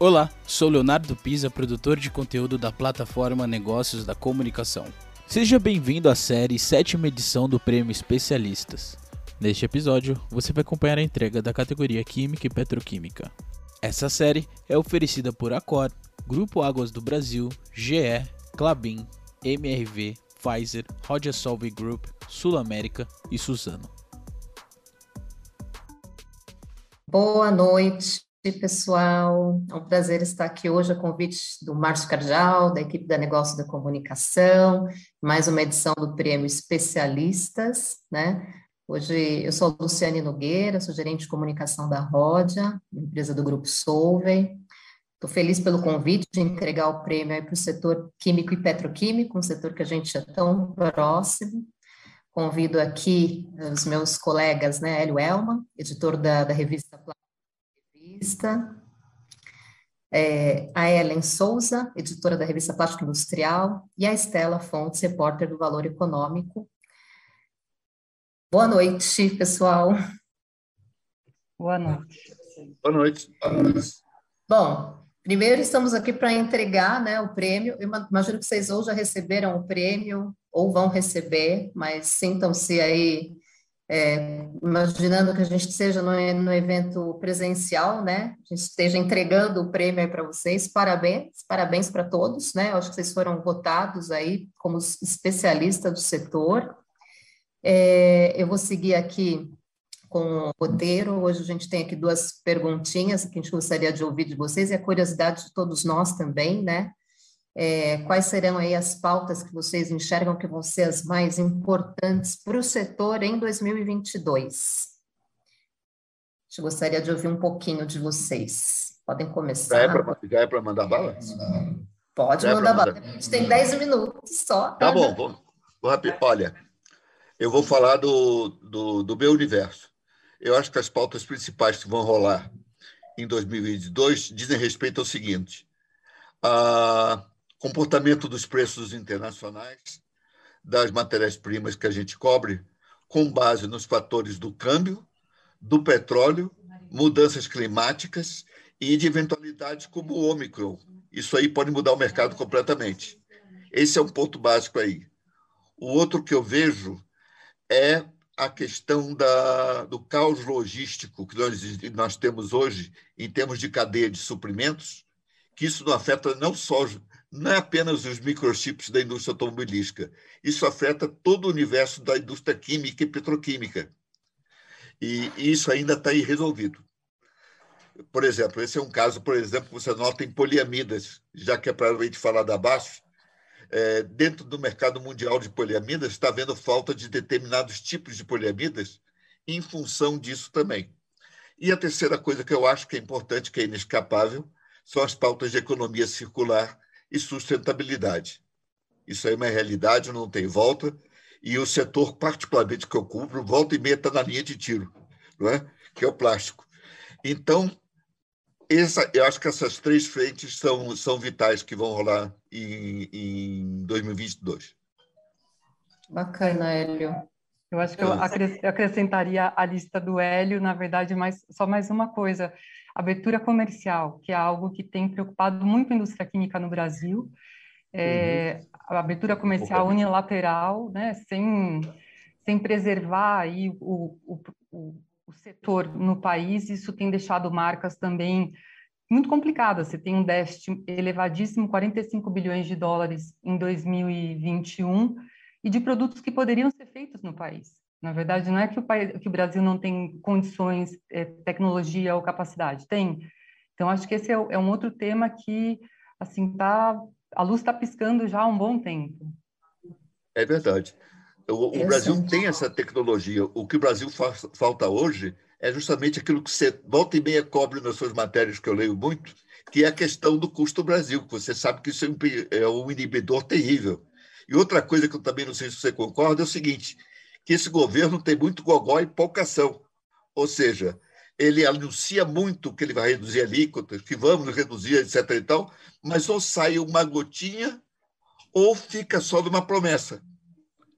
Olá, sou Leonardo Pisa, produtor de conteúdo da plataforma Negócios da Comunicação. Seja bem-vindo à série 7ª edição do Prêmio Especialistas. Neste episódio, você vai acompanhar a entrega da categoria Química e Petroquímica. Essa série é oferecida por Accor, Grupo Águas do Brasil, GE, Klabin, MRV, Pfizer, Rojasolve Group, Sul América e Suzano. Boa noite, pessoal. É um prazer estar aqui hoje a convite do Márcio Cardial, da equipe da Negócio da Comunicação, mais uma edição do Prêmio Especialistas, né? Hoje eu sou a Luciane Nogueira, sou gerente de comunicação da Rodia, empresa do Grupo Solvay. Estou feliz pelo convite de entregar o prêmio para o setor químico e petroquímico, um setor que a gente é tão próximo. Convido aqui os meus colegas, né, Hélio Elman, editor da revista Revista, a Ellen Souza, editora da revista Plástico Industrial, e a Estela Fontes, repórter do Valor Econômico. Boa noite, pessoal. Boa noite. Boa noite. Bom, primeiro estamos aqui para entregar, né, o prêmio. Eu imagino que vocês ou já receberam o prêmio ou vão receber, mas sintam-se aí, imaginando que a gente seja no evento presencial, né? A gente esteja entregando o prêmio aí para vocês. Parabéns para todos, né? Eu acho que vocês foram votados aí como especialistas do setor. Eu vou seguir aqui com o roteiro. Hoje a gente tem aqui duas perguntinhas que a gente gostaria de ouvir de vocês, e a curiosidade de todos nós também, né? Quais serão aí as pautas que vocês enxergam que vão ser as mais importantes para o setor em 2022? Eu gostaria de ouvir um pouquinho de vocês. Podem começar. Já é para mandar bala? Pode mandar bala. A gente tem 10 minutos só. Tá bom, vou rápido. Olha, eu vou falar do meu universo. Eu acho que as pautas principais que vão rolar em 2022 dizem respeito ao seguinte: comportamento dos preços internacionais, das matérias-primas que a gente cobre, com base nos fatores do câmbio, do petróleo, mudanças climáticas e de eventualidades como o Ômicron. Isso aí pode mudar o mercado completamente. Esse é um ponto básico aí. O outro que eu vejo é a questão do caos logístico que nós temos hoje em termos de cadeia de suprimentos, que isso não afeta não é apenas os microchips da indústria automobilística, isso afeta todo o universo da indústria química e petroquímica. E isso ainda está irresolvido. Por exemplo, esse é um caso, por exemplo, que você nota em poliamidas, já que é para a gente falar da Baixo. Dentro do mercado mundial de poliamidas, está havendo falta de determinados tipos de poliamidas em função disso também. E a terceira coisa que eu acho que é importante, que é inescapável, são as pautas de economia circular e sustentabilidade. Isso aí é uma realidade, não tem volta, e o setor, particularmente que eu cubro, volta e meia está na linha de tiro, não é? Que é o plástico. Então, eu acho que essas três frentes são vitais que vão rolar em 2022. Bacana, Hélio. Eu acho que eu acrescentaria a lista do Hélio, na verdade, só mais uma coisa. Abertura comercial, que é algo que tem preocupado muito a indústria química no Brasil. A abertura comercial unilateral, né, sem preservar aí o setor no país, isso tem deixado marcas também muito complicadas. Você tem um déficit elevadíssimo, 45 bilhões de dólares em 2021, e de produtos que poderiam ser feitos no país. Na verdade, não é que o Brasil não tem condições, tecnologia ou capacidade, tem. Então, acho que esse é um outro tema que, assim, a luz está piscando já há um bom tempo. É verdade. O Brasil tem essa tecnologia. O que o Brasil falta hoje é justamente aquilo que você volta e meia cobre nas suas matérias, que eu leio muito, que é a questão do custo Brasil, que você sabe que isso é um inibidor terrível. E outra coisa que eu também não sei se você concorda é o seguinte, que esse governo tem muito gogó e pouca ação. Ou seja, ele anuncia muito que ele vai reduzir alíquotas, que vamos reduzir, etc. e tal, mas ou sai uma gotinha ou fica só numa promessa.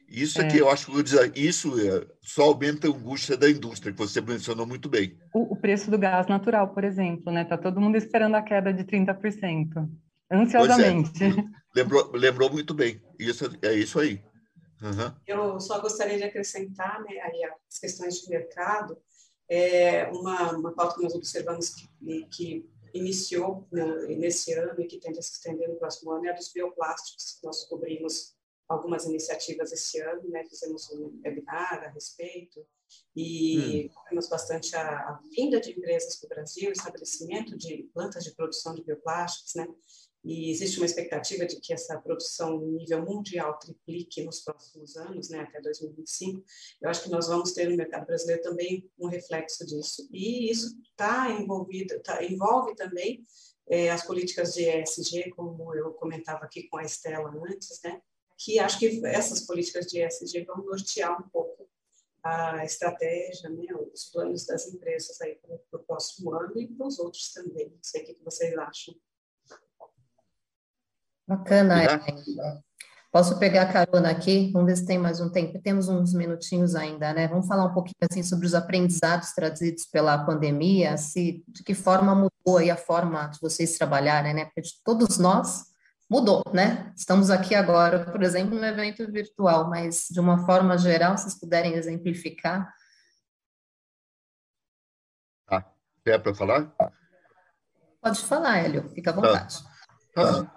Isso é que eu acho que isso só aumenta a angústia da indústria, que você mencionou muito bem. O preço do gás natural, por exemplo, né? Tá todo mundo esperando a queda de 30%, Pois é, ansiosamente. lembrou muito bem. Isso, é isso aí. Uhum. Eu só gostaria de acrescentar, né, aí as questões de mercado, uma pauta que nós observamos que iniciou, né, nesse ano e que tende a se estender no próximo ano é a dos bioplásticos. Nós cobrimos algumas iniciativas esse ano, né, fizemos um webinar a respeito e cobrimos bastante a vinda de empresas para o Brasil, estabelecimento de plantas de produção de bioplásticos, né, e existe uma expectativa de que essa produção em nível mundial triplique nos próximos anos, né, até 2025. Eu acho que nós vamos ter no mercado brasileiro também um reflexo disso. E isso envolve também as políticas de ESG, como eu comentava aqui com a Estela antes, né, que acho que essas políticas de ESG vão nortear um pouco a estratégia, né, os planos das empresas aí para o próximo ano e para os outros também. Não sei o que vocês acham. Bacana, Ellen. Posso pegar a carona aqui? Vamos ver se tem mais um tempo. Temos uns minutinhos ainda, né? Vamos falar um pouquinho assim sobre os aprendizados trazidos pela pandemia, de que forma mudou aí a forma de vocês trabalharem, né? Porque de todos nós mudou, né? Estamos aqui agora, por exemplo, num evento virtual, mas de uma forma geral, se vocês puderem exemplificar. É para falar? Pode falar, Hélio, fica à vontade. Tá.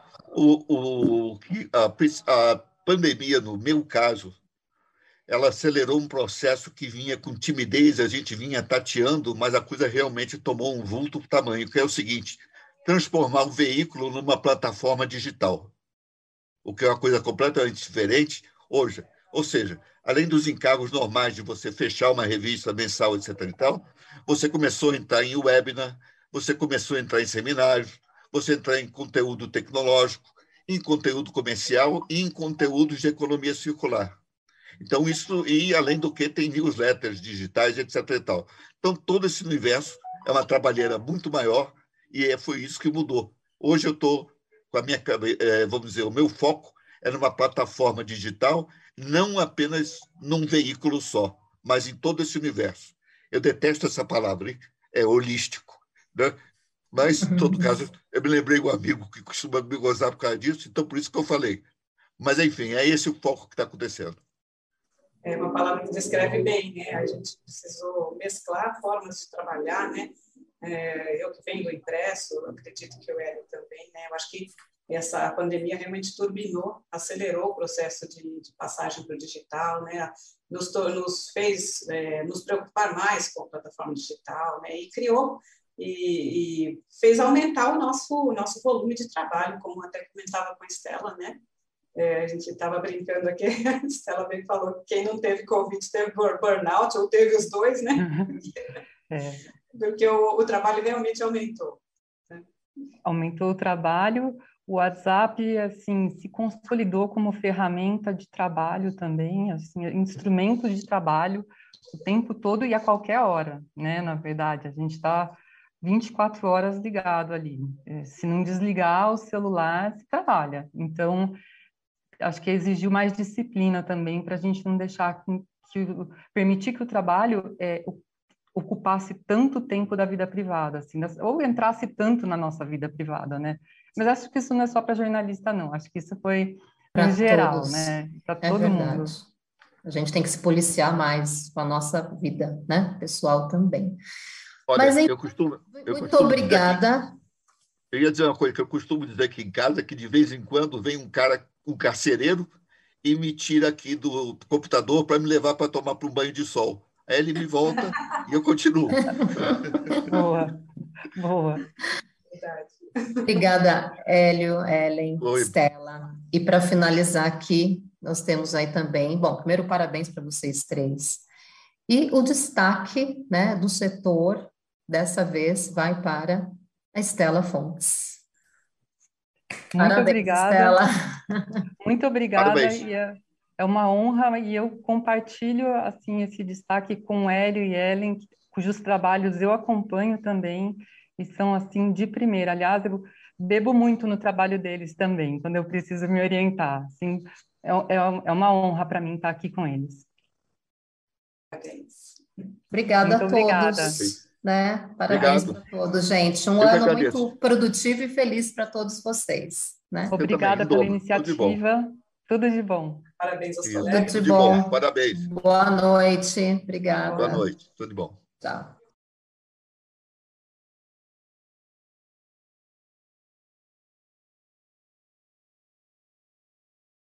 A pandemia, no meu caso, ela acelerou um processo que vinha com timidez, a gente vinha tateando, mas a coisa realmente tomou um vulto tamanho, que é o seguinte: transformar o veículo numa plataforma digital, o que é uma coisa completamente diferente hoje. Ou seja, além dos encargos normais de você fechar uma revista mensal, etc. e tal, você começou a entrar em webinar, você começou a entrar em seminários, você entrar em conteúdo tecnológico, em conteúdo comercial e em conteúdos de economia circular. Então, isso, e além do que, tem newsletters digitais, etc. e tal. Então, todo esse universo é uma trabalheira muito maior e foi isso que mudou. Hoje eu estou com a minha, vamos dizer, o meu foco é numa plataforma digital, não apenas num veículo só, mas em todo esse universo. Eu detesto essa palavra, hein? É holístico, né? Mas, em todo caso, eu me lembrei de um amigo que costuma me gozar por causa disso, então por isso que eu falei. Mas, enfim, é esse o foco que está acontecendo. É uma palavra que descreve bem, né? A gente precisou mesclar formas de trabalhar, né? Eu que venho do impresso, acredito que o Hélio também, né? Eu acho que essa pandemia realmente turbinou, acelerou o processo de passagem para o digital, né? Nos fez nos preocupar mais com a plataforma digital, né? E criou e fez aumentar o nosso volume de trabalho, como até comentava com a Estela, né? A gente estava brincando aqui, a Estela bem falou que quem não teve Covid teve burnout, ou teve os dois, né? Porque o trabalho realmente aumentou. Né? Aumentou o trabalho, o WhatsApp, assim, se consolidou como ferramenta de trabalho também, assim, instrumento de trabalho o tempo todo e a qualquer hora, né? Na verdade, a gente está 24 horas ligado ali. Se não desligar o celular, se trabalha. Então, acho que exigiu mais disciplina também para a gente não deixar permitir que o trabalho ocupasse tanto tempo da vida privada, assim, ou entrasse tanto na nossa vida privada, né? Mas acho que isso não é só para jornalista, não. Acho que isso foi em geral, né? Para todo mundo. A gente tem que se policiar mais com a nossa vida, né? Pessoal também. Olha, Mas, muito obrigada. Eu ia dizer uma coisa que eu costumo dizer aqui em casa, que de vez em quando vem um carcereiro, e me tira aqui do computador para me levar para tomar um banho de sol. Aí ele me volta e eu continuo. Boa, boa. Obrigada, Hélio, Ellen, Oi. Estela. E para finalizar aqui, nós temos aí também, bom, primeiro parabéns para vocês três. E o destaque, né, do setor, dessa vez, vai para a Estela Fontes. Muito Parabéns, obrigada. Estela. Muito obrigada. Parabéns. E é uma honra e eu compartilho assim esse destaque com Hélio e Ellen, cujos trabalhos eu acompanho também e são assim de primeira. Aliás, eu bebo muito no trabalho deles também, quando eu preciso me orientar. Assim, é uma honra para mim estar aqui com eles. Parabéns. Obrigada Muito a todos, obrigada. né? Parabéns Obrigado. para todos, gente. Um Eu que ano agradeço. muito produtivo e feliz para todos vocês, né? Obrigada em pela dobro. Tudo de bom. iniciativa. Tudo de bom. Parabéns aos Isso. Tudo colegas. de Tudo de bom. bom. Parabéns. Boa noite. Obrigada. Boa noite. Tudo de bom. Tchau.